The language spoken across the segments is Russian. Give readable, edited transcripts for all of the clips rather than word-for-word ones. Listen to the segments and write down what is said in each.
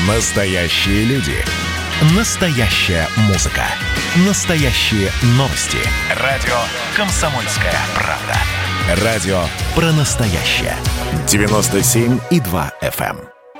Настоящие люди. Настоящая музыка. Настоящие новости. Радио «Комсомольская правда». Радио про настоящее. 97,2 FM.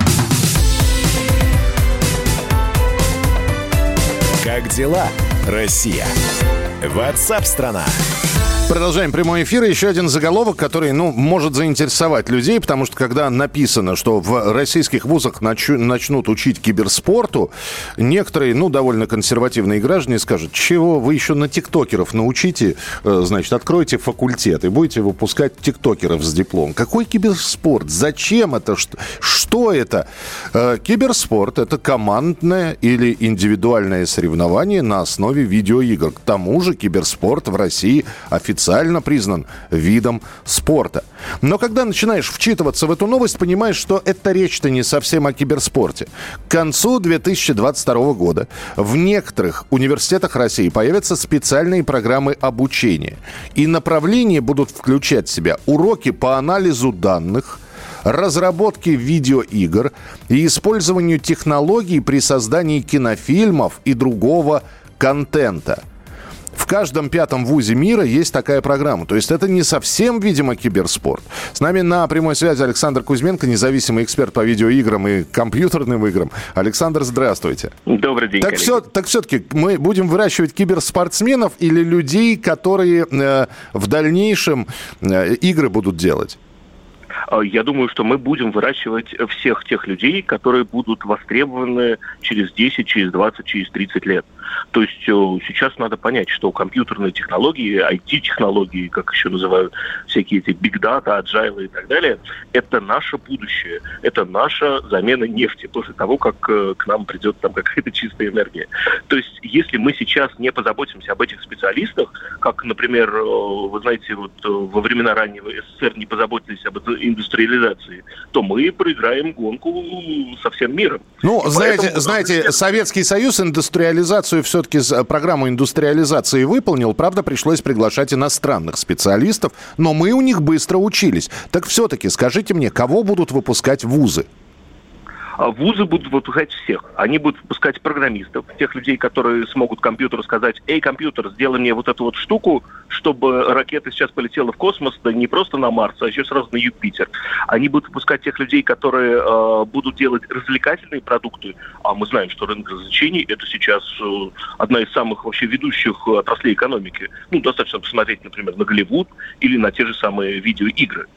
Как дела, Россия? WhatsApp-страна. Продолжаем прямой эфир. Еще один заголовок, который, может заинтересовать людей, потому что когда написано, что в российских вузах начнут учить киберспорту, некоторые, довольно консервативные граждане скажут: чего вы еще на тиктокеров научите, значит, откройте факультет и будете выпускать тиктокеров с дипломом. Какой киберспорт? Зачем это? Что это? Киберспорт – это командное или индивидуальное соревнование на основе видеоигр. К тому же киберспорт в России официально признан видом спорта. Но когда начинаешь вчитываться в эту новость, понимаешь, что эта речь-то не совсем о киберспорте. К концу 2022 года в некоторых университетах России появятся специальные программы обучения. И направления будут включать в себя уроки по анализу данных, разработке видеоигр и использованию технологий при создании кинофильмов и другого контента. В каждом пятом вузе мира есть такая программа. То есть это не совсем, видимо, киберспорт. С нами на прямой связи Александр Кузьменко, независимый эксперт по видеоиграм и компьютерным играм. Александр, здравствуйте. Добрый день, коллеги. Так все-таки мы будем выращивать киберспортсменов или людей, которые в дальнейшем игры будут делать? Я думаю, что мы будем выращивать всех тех людей, которые будут востребованы через 10, через 20, через 30 лет. То есть сейчас надо понять, что компьютерные технологии, IT-технологии, как еще называют всякие эти big data, agile и так далее, это наше будущее, это наша замена нефти после того, как к нам придет там какая-то чистая энергия. То есть если мы сейчас не позаботимся об этих специалистах, как, например, вы знаете, вот во времена раннего СССР не позаботились об индустриализации, то мы проиграем гонку со всем миром. Знаете, Советский Союз индустриализацию все-таки программу индустриализации выполнил. Правда, пришлось приглашать иностранных специалистов, но мы у них быстро учились. Так все-таки скажите мне, кого будут выпускать вузы? Вузы будут выпускать всех. Они будут выпускать программистов, тех людей, которые смогут компьютеру сказать: «Эй, компьютер, сделай мне вот эту вот штуку, чтобы ракета сейчас полетела в космос, да не просто на Марс, а еще сразу на Юпитер». Они будут выпускать тех людей, которые будут делать развлекательные продукты. А мы знаем, что рынок развлечений – это сейчас одна из самых вообще ведущих отраслей экономики. Достаточно посмотреть, например, на Голливуд или на те же самые видеоигры.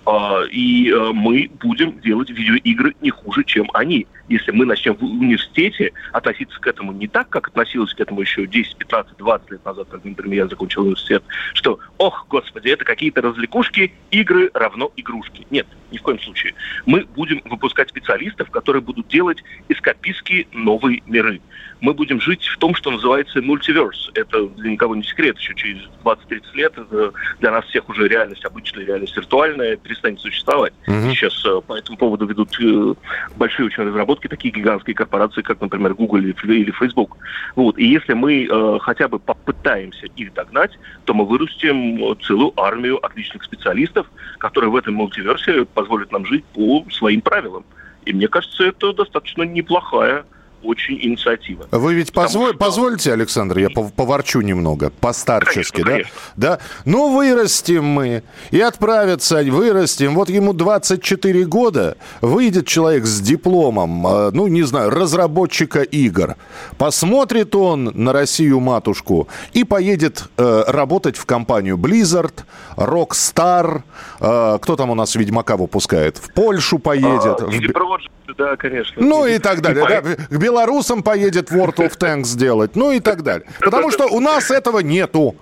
И мы будем делать видеоигры не хуже, чем они. Если мы начнем в университете относиться к этому не так, как относилась к этому еще 10, 15, 20 лет назад, когда, например, я закончил университет, что, господи, это какие-то развлекушки, игры равно игрушки. Нет, ни в коем случае. Мы будем выпускать специалистов, которые будут делать эскапистские новые миры. Мы будем жить в том, что называется мультиверс. Это для никого не секрет. Еще через 20-30 лет это для нас всех уже реальность обычная, реальность виртуальная перестанет существовать. Сейчас по этому поводу ведут большие очень разработки, такие гигантские корпорации, как, например, Google или Facebook. И если мы хотя бы попытаемся их догнать, то мы вырастим целую армию отличных специалистов, которые в этом мультиверсе позволят нам жить по своим правилам. И мне кажется, это достаточно неплохая очень инициатива. Вы ведь позвольте, Александр, я поворчу немного, постарчески, конечно. Да? Вырастим мы и отправятся, вырастим. Вот ему 24 года, выйдет человек с дипломом, разработчика игр. Посмотрит он на Россию-матушку и поедет работать в компанию Blizzard, Rockstar, кто там у нас Ведьмака выпускает, в Польшу поедет. Да, конечно. И так далее. К белорусам поедет World of Tanks делать, и так далее. Потому что у нас этого нету.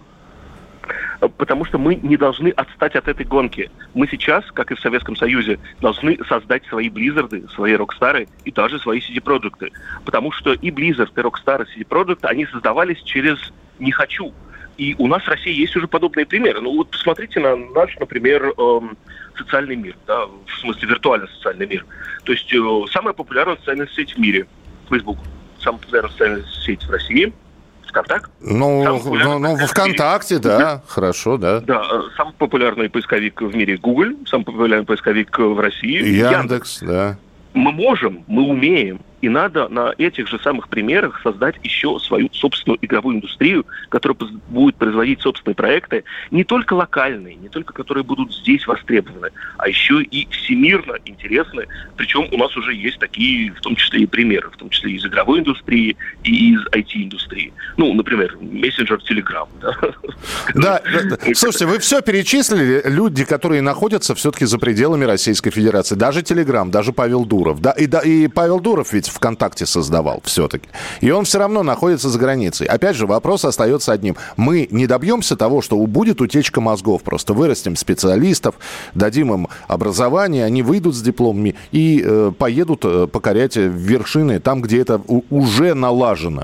Потому что мы не должны отстать от этой гонки. Мы сейчас, как и в Советском Союзе, должны создать свои Blizzard'ы, свои Rockstar'ы и даже свои CD-продукты. Потому что и Blizzard, и Rockstar, и CD-продукты, они создавались через «не хочу». И у нас в России есть уже подобные примеры. Посмотрите на наш, например, социальный мир, да, в смысле виртуальный социальный мир. То есть самая популярная социальная сеть в мире – Facebook. Самая популярная социальная сеть в России – ВКонтакте. ВКонтакте, да, хорошо, да. Да, самый популярный поисковик в мире – Google, самый популярный поисковик в России – Яндекс, да. Мы умеем, И надо на этих же самых примерах создать еще свою собственную игровую индустрию, которая будет производить собственные проекты, не только локальные, не только которые будут здесь востребованы, а еще и всемирно интересны. Причем у нас уже есть такие, в том числе и примеры, в том числе из игровой индустрии и из IT-индустрии. Ну, например, мессенджер Telegram. Да, слушайте, вы все перечислили, люди, которые находятся все-таки за пределами Российской Федерации. Даже Telegram, даже Павел Дуров. Да, и Павел Дуров ведь ВКонтакте создавал все-таки. И он все равно находится за границей. Опять же, вопрос остается одним. Мы не добьемся того, что будет утечка мозгов. Просто вырастим специалистов, дадим им образование, они выйдут с дипломами и поедут покорять вершины там, где это уже налажено.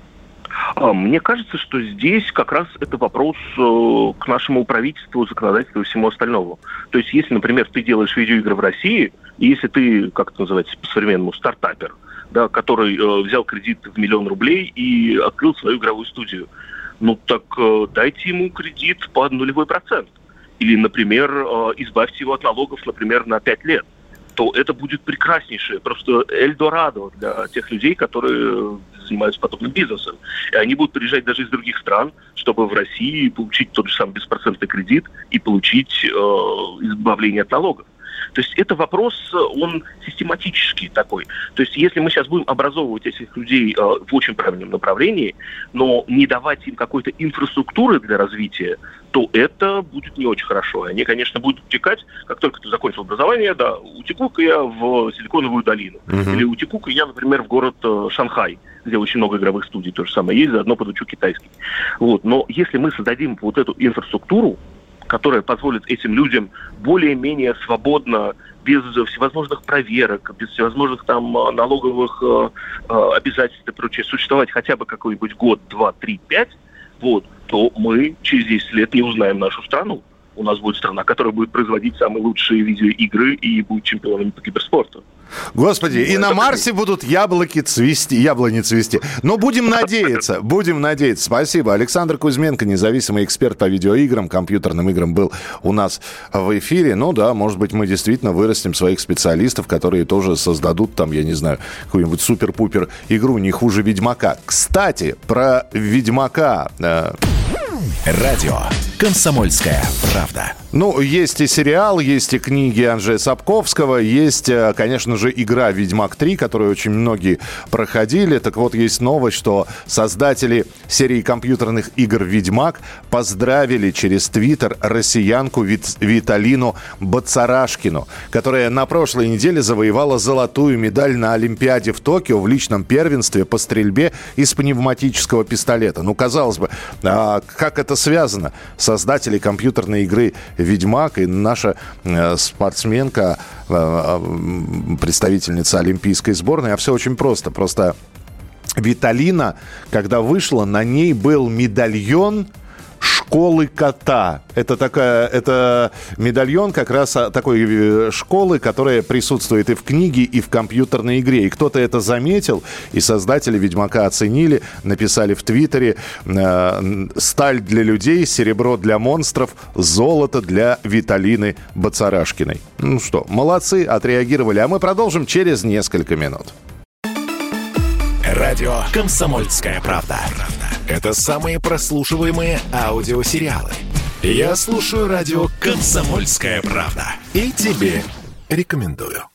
Мне кажется, что здесь как раз это вопрос к нашему правительству, законодательству и всему остальному. То есть, если, например, ты делаешь видеоигры в России, и если ты, как это называется по-современному, стартапер, да, который взял кредит в 1 миллион рублей и открыл свою игровую студию, ну так дайте ему кредит под 0%. Или, например, избавьте его от налогов, например, на 5 лет. То это будет прекраснейшее, просто Эльдорадо для тех людей, которые занимаются подобным бизнесом. И они будут приезжать даже из других стран, чтобы в России получить тот же самый беспроцентный кредит и получить избавление от налогов. То есть это вопрос, он систематический такой. То есть если мы сейчас будем образовывать этих людей в очень правильном направлении, но не давать им какой-то инфраструктуры для развития, то это будет не очень хорошо. И они, конечно, будут утекать, как только ты закончил образование, да, утеку-ка я в Силиконовую долину. Или утеку-ка я, например, в город Шанхай, где очень много игровых студий, то же самое есть, заодно подучу китайский. Вот. Но если мы создадим вот эту инфраструктуру, которая позволит этим людям более-менее свободно, без всевозможных проверок, без всевозможных там налоговых обязательств и прочее, существовать хотя бы какой-нибудь год, 2, 3, 5, вот, то мы через 10 лет не узнаем нашу страну. У нас будет страна, которая будет производить самые лучшие видеоигры и будет чемпионом по киберспорту. Господи, и на Марсе будут яблони цвести. Но будем надеяться. Спасибо. Александр Кузьменко, независимый эксперт по видеоиграм, компьютерным играм, был у нас в эфире. Ну да, может быть, мы действительно вырастим своих специалистов, которые тоже создадут там, я не знаю, какую-нибудь супер-пупер игру не хуже Ведьмака. Кстати, про Ведьмака... Радио «Комсомольская правда». Ну, есть и сериал, есть и книги Анджея Сапковского, есть, конечно же, игра «Ведьмак 3», которую очень многие проходили. Так вот, есть новость, что создатели серии компьютерных игр «Ведьмак» поздравили через Твиттер россиянку Виталину Бацарашкину, которая на прошлой неделе завоевала золотую медаль на Олимпиаде в Токио в личном первенстве по стрельбе из пневматического пистолета. Ну, казалось бы, как это связано? Создатели компьютерной игры «Ведьмак» и наша спортсменка, представительница олимпийской сборной. А все очень просто. Просто Виталина, когда вышла, на ней был медальон школы кота. Это медальон как раз такой школы, которая присутствует и в книге, и в компьютерной игре. И кто-то это заметил, и создатели «Ведьмака» оценили, написали в Твиттере: «Сталь для людей, серебро для монстров, золото для Виталины Бацарашкиной». Ну что, молодцы, отреагировали. А мы продолжим через несколько минут. Радио «Комсомольская правда». Это самые прослушиваемые аудиосериалы. Я слушаю радио «Комсомольская правда». И тебе рекомендую.